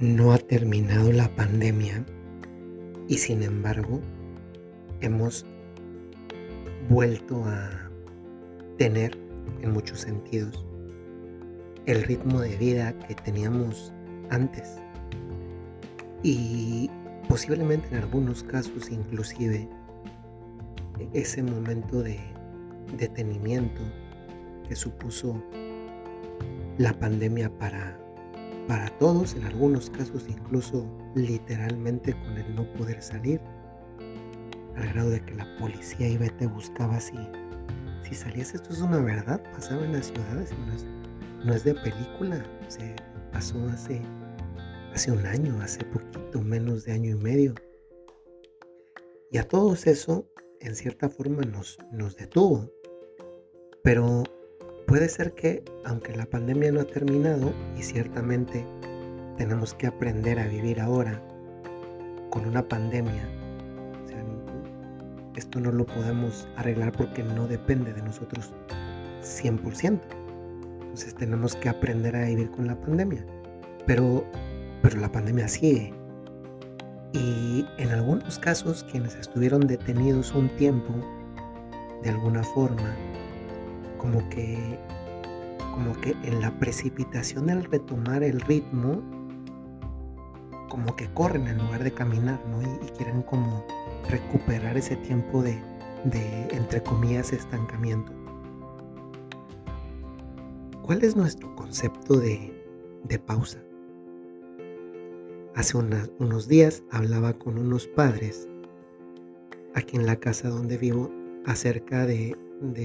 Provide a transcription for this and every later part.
No ha terminado la pandemia y sin embargo hemos vuelto a tener, en muchos sentidos, el ritmo de vida que teníamos antes y posiblemente en algunos casos inclusive ese momento de detenimiento que supuso la pandemia para todos, en algunos casos incluso literalmente con el no poder salir, al grado de que la policía iba y te buscaba si salías. Esto es una verdad, pasaba en las ciudades y no es de película. Se pasó hace un año, hace poquito, menos de año y medio. Y a todos eso, en cierta forma, nos detuvo. Pero puede ser que, aunque la pandemia no ha terminado, y ciertamente tenemos que aprender a vivir ahora con una pandemia, o sea, esto no lo podemos arreglar porque no depende de nosotros 100%. Entonces tenemos que aprender a vivir con la pandemia. Pero la pandemia sigue. Y en algunos casos, quienes estuvieron detenidos un tiempo, de alguna forma, como que en la precipitación del retomar el ritmo, como que corren en lugar de caminar, ¿no? Y quieren como recuperar ese tiempo de entre comillas, estancamiento. ¿Cuál es nuestro concepto de pausa? Hace unos días hablaba con unos padres aquí en la casa donde vivo acerca de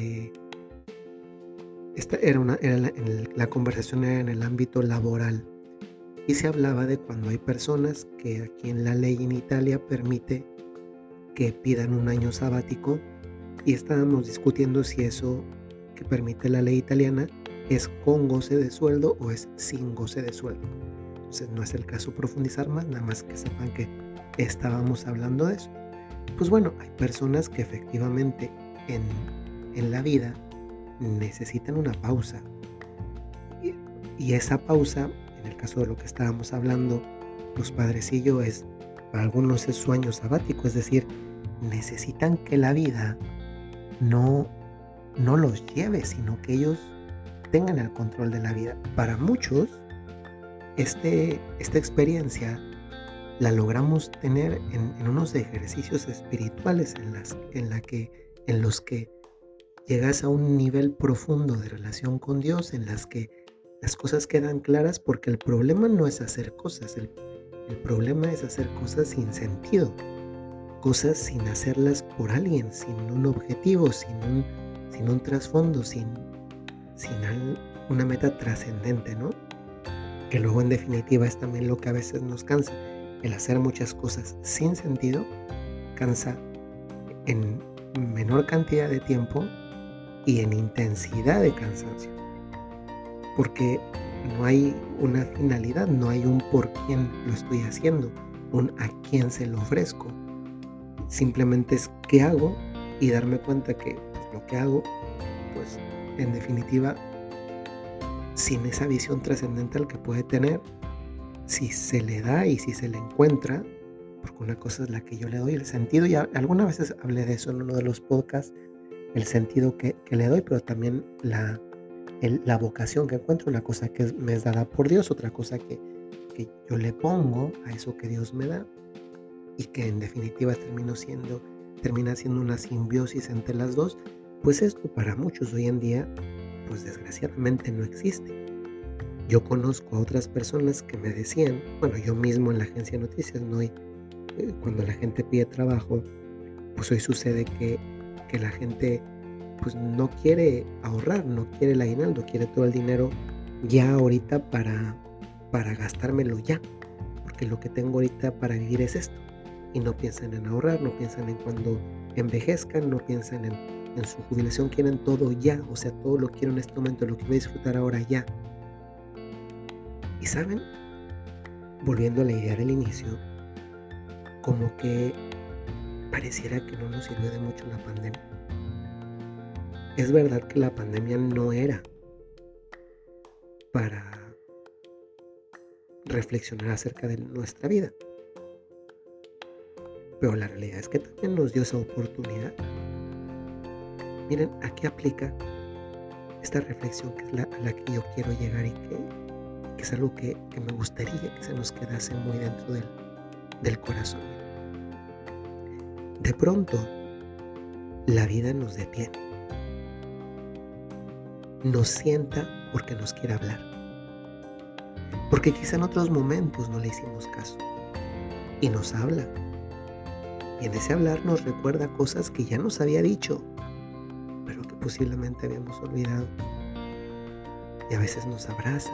esta la conversación era en el ámbito laboral y se hablaba de cuando hay personas que aquí en la ley en Italia permite que pidan un año sabático, y estábamos discutiendo si eso que permite la ley italiana es con goce de sueldo o es sin goce de sueldo. Entonces no es el caso profundizar más, nada más que sepan que estábamos hablando de eso. Pues bueno, hay personas que efectivamente en la vida necesitan una pausa. Y esa pausa, en el caso de lo que estábamos hablando, los padres y yo, para algunos es su año sabático, es decir, necesitan que la vida no los lleve, sino que ellos tengan el control de la vida. Para muchos, esta experiencia la logramos tener en unos ejercicios espirituales en los que llegas a un nivel profundo de relación con Dios, en las que las cosas quedan claras, porque el problema no es hacer cosas, el problema es hacer cosas sin sentido, cosas sin hacerlas por alguien, sin un objetivo, sin un trasfondo, sin una meta trascendente, ¿no? Que luego en definitiva es también lo que a veces nos cansa. El hacer muchas cosas sin sentido cansa en menor cantidad de tiempo y en intensidad de cansancio, porque no hay una finalidad, no hay un por quién lo estoy haciendo, un a quién se lo ofrezco. Simplemente es qué hago y darme cuenta que pues, lo que hago, pues en definitiva, sin esa visión trascendental que puede tener, si se le da y si se le encuentra, porque una cosa es la que yo le doy el sentido, y algunas veces hablé de eso en uno de los podcasts, el sentido que le doy, pero también la vocación que encuentro, una cosa que me es dada por Dios, otra cosa que yo le pongo a eso que Dios me da, y que en definitiva termina siendo una simbiosis entre las dos. Pues esto para muchos hoy en día, pues desgraciadamente no existe. Yo conozco a otras personas que me decían, bueno, yo mismo en la agencia de noticias, ¿no? Cuando la gente pide trabajo, pues hoy sucede que la gente pues no quiere ahorrar, no quiere el aguinaldo, quiere todo el dinero ya ahorita para gastármelo ya, porque lo que tengo ahorita para vivir es esto, y no piensan en ahorrar, no piensan en cuando envejezcan, no piensan en su jubilación, quieren todo ya, o sea, todo lo quiero en este momento, lo que voy a disfrutar ahora ya. Y saben, volviendo a la idea del inicio, como que pareciera que no nos sirvió de mucho la pandemia. Es verdad que la pandemia no era para reflexionar acerca de nuestra vida. Pero la realidad es que también nos dio esa oportunidad. Miren, aquí aplica esta reflexión que es a la que yo quiero llegar y que es algo que me gustaría que se nos quedase muy dentro del corazón. De pronto, la vida nos detiene, nos sienta porque nos quiere hablar, porque quizá en otros momentos no le hicimos caso y nos habla. Y en ese hablar nos recuerda cosas que ya nos había dicho, pero que posiblemente habíamos olvidado. Y a veces nos abraza.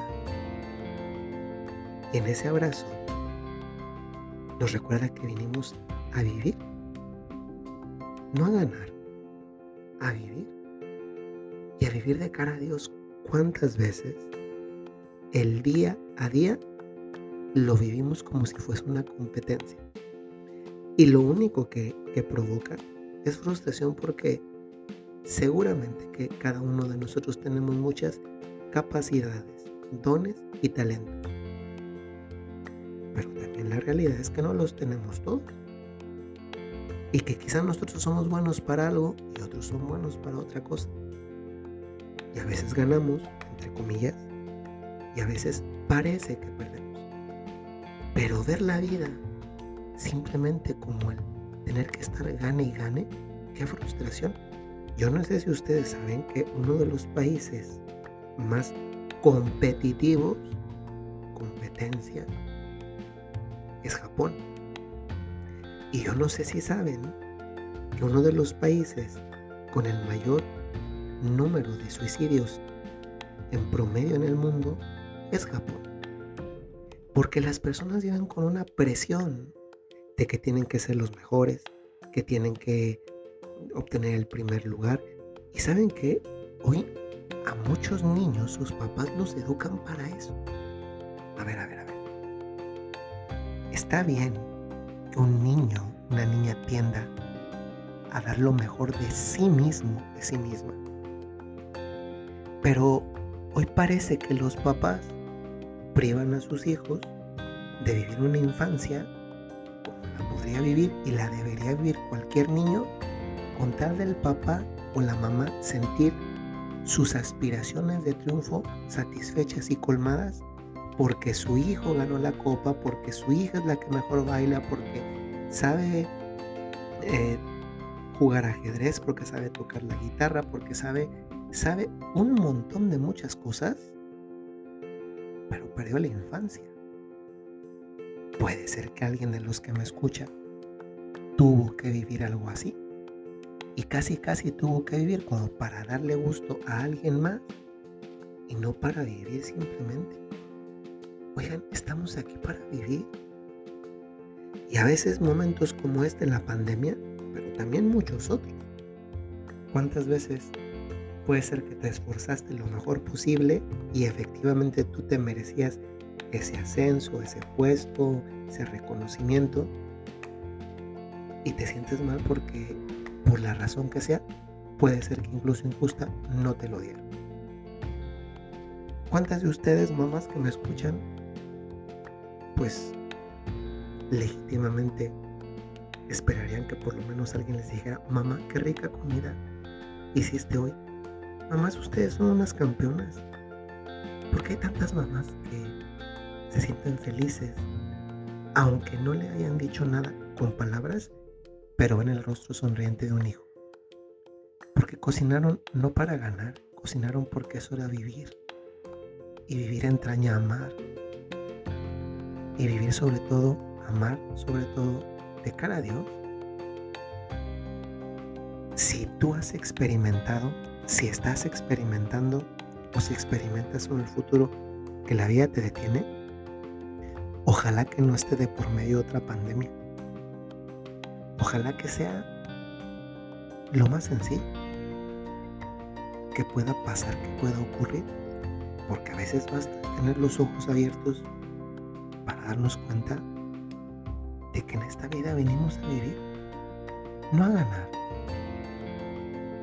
Y en ese abrazo nos recuerda que vinimos a vivir, no a ganar, a vivir. Y a vivir de cara a Dios. ¿Cuántas veces el día a día lo vivimos como si fuese una competencia? Y lo único que provoca es frustración, porque seguramente que cada uno de nosotros tenemos muchas capacidades, dones y talentos. Pero también la realidad es que no los tenemos todos. Y que quizás nosotros somos buenos para algo y otros son buenos para otra cosa. Y a veces ganamos, entre comillas, y a veces parece que perdemos. Pero ver la vida simplemente como el tener que estar gane y gane, qué frustración. Yo no sé si ustedes saben que uno de los países más competitivos, competencia, es Japón. Y yo no sé si saben que uno de los países con el mayor número de suicidios en promedio en el mundo es Japón. Porque las personas viven con una presión de que tienen que ser los mejores, que tienen que obtener el primer lugar. Y saben que hoy a muchos niños sus papás los educan para eso. A ver. Está bien que un niño, una niña tienda a dar lo mejor de sí mismo, de sí misma. Pero hoy parece que los papás privan a sus hijos de vivir una infancia como la podría vivir y la debería vivir cualquier niño, con tal del papá o la mamá sentir sus aspiraciones de triunfo satisfechas y colmadas porque su hijo ganó la copa, porque su hija es la que mejor baila, porque sabe jugar ajedrez, porque sabe tocar la guitarra, porque sabe un montón de muchas cosas, pero perdió la infancia. Puede ser que alguien de los que me escucha tuvo que vivir algo así, y casi tuvo que vivir como para darle gusto a alguien más y no para vivir simplemente. Oigan, estamos aquí para vivir. Y a veces momentos como este en la pandemia, pero también muchos otros. ¿Cuántas veces puede ser que te esforzaste lo mejor posible y efectivamente tú te merecías ese ascenso, ese puesto, ese reconocimiento, y te sientes mal porque, por la razón que sea, puede ser que incluso injusta, no te lo dieron? ¿Cuántas de ustedes, mamás que me escuchan, pues legítimamente esperarían que por lo menos alguien les dijera: mamá, qué rica comida hiciste hoy? Mamás, ustedes son unas campeonas. ¿Por qué hay tantas mamás que se sienten felices, aunque no le hayan dicho nada con palabras, pero ven el rostro sonriente de un hijo? Porque cocinaron no para ganar, cocinaron porque eso era vivir. Y vivir entraña amar. Y vivir sobre todo, amar sobre todo de cara a Dios. Si tú has experimentado, si estás experimentando o si experimentas en el futuro que la vida te detiene, ojalá que no esté de por medio otra pandemia. Ojalá que sea lo más sencillo que pueda pasar, que pueda ocurrir, porque a veces basta tener los ojos abiertos para darnos cuenta de que en esta vida venimos a vivir, no a ganar.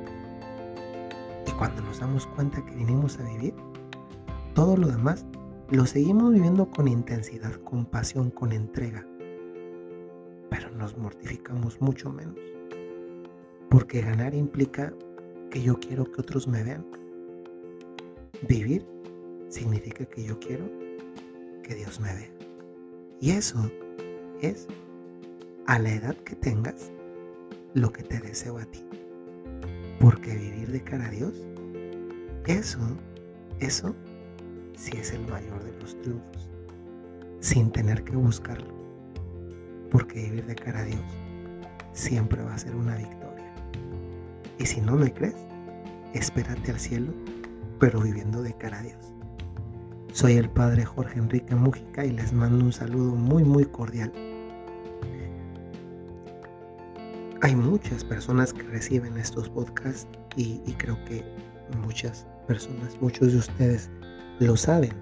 Y cuando nos damos cuenta que vinimos a vivir, todo lo demás lo seguimos viviendo con intensidad, con pasión, con entrega, pero nos mortificamos mucho menos, porque ganar implica que yo quiero que otros me vean. Vivir significa que yo quiero que Dios me vea. Y eso es, a la edad que tengas, lo que te deseo a ti. Porque vivir de cara a Dios, eso sí es el mayor de los triunfos, sin tener que buscarlo. Porque vivir de cara a Dios siempre va a ser una victoria. Y si no me crees, espérate al cielo, pero viviendo de cara a Dios. Soy el padre Jorge Enrique Mújica y les mando un saludo muy muy cordial. Hay muchas personas que reciben estos podcasts y creo que muchas personas, muchos de ustedes lo saben.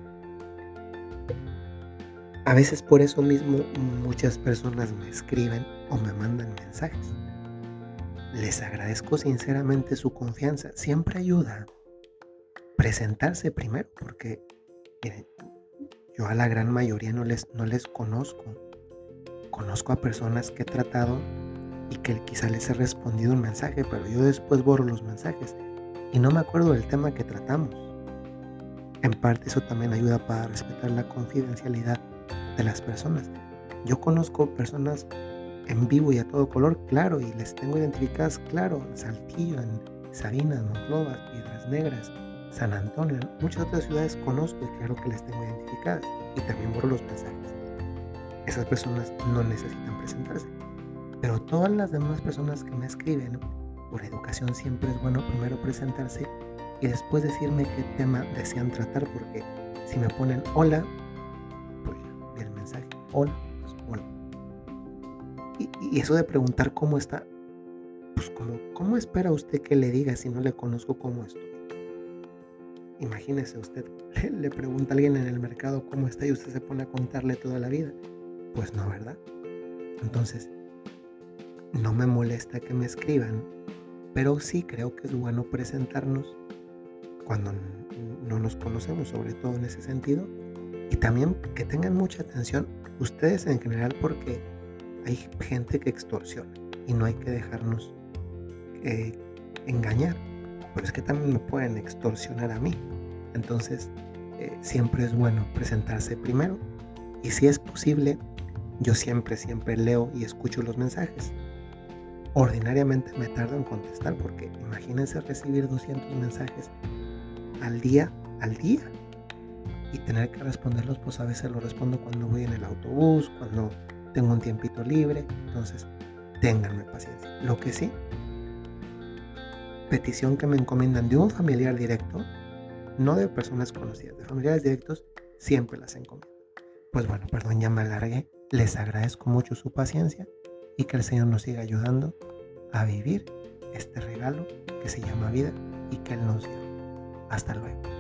A veces por eso mismo muchas personas me escriben o me mandan mensajes. Les agradezco sinceramente su confianza. Siempre ayuda presentarse primero, porque miren, yo a la gran mayoría no les conozco. Conozco a personas que he tratado y que quizá les he respondido un mensaje, pero yo después borro los mensajes y no me acuerdo del tema que tratamos. En parte eso también ayuda para respetar la confidencialidad de las personas. Yo conozco personas en vivo y a todo color, claro, y les tengo identificadas, claro, en Saltillo, en Sabinas, Monclova, Piedras Negras, San Antonio, en muchas otras ciudades conozco y claro que les tengo identificadas y también borro los mensajes. Esas personas no necesitan presentarse, pero todas las demás personas que me escriben, por educación siempre es bueno primero presentarse y después decirme qué tema desean tratar, porque si me ponen hola, pues ya vi el mensaje, hola, pues hola. Y eso de preguntar cómo está, pues ¿cómo espera usted que le diga si no le conozco cómo estoy? Imagínese usted, le pregunta a alguien en el mercado cómo está y usted se pone a contarle toda la vida. Pues no, ¿verdad? Entonces, no me molesta que me escriban, pero sí creo que es bueno presentarnos cuando no nos conocemos, sobre todo en ese sentido. Y también que tengan mucha atención ustedes en general, porque hay gente que extorsiona y no hay que dejarnos engañar. Pero es que también me pueden extorsionar a mí. Entonces, siempre es bueno presentarse primero. Y si es posible, yo siempre leo y escucho los mensajes. Ordinariamente me tardo en contestar, porque imagínense recibir 200 mensajes al día y tener que responderlos. Pues a veces lo respondo cuando voy en el autobús, cuando tengo un tiempito libre. Entonces, ténganme paciencia. Lo que sí, petición que me encomiendan de un familiar directo, no de personas conocidas, de familiares directos, siempre las encomiendo. Pues bueno, perdón, ya me alargué. Les agradezco mucho su paciencia y que el Señor nos siga ayudando a vivir este regalo que se llama vida y que Él nos dio. Hasta luego.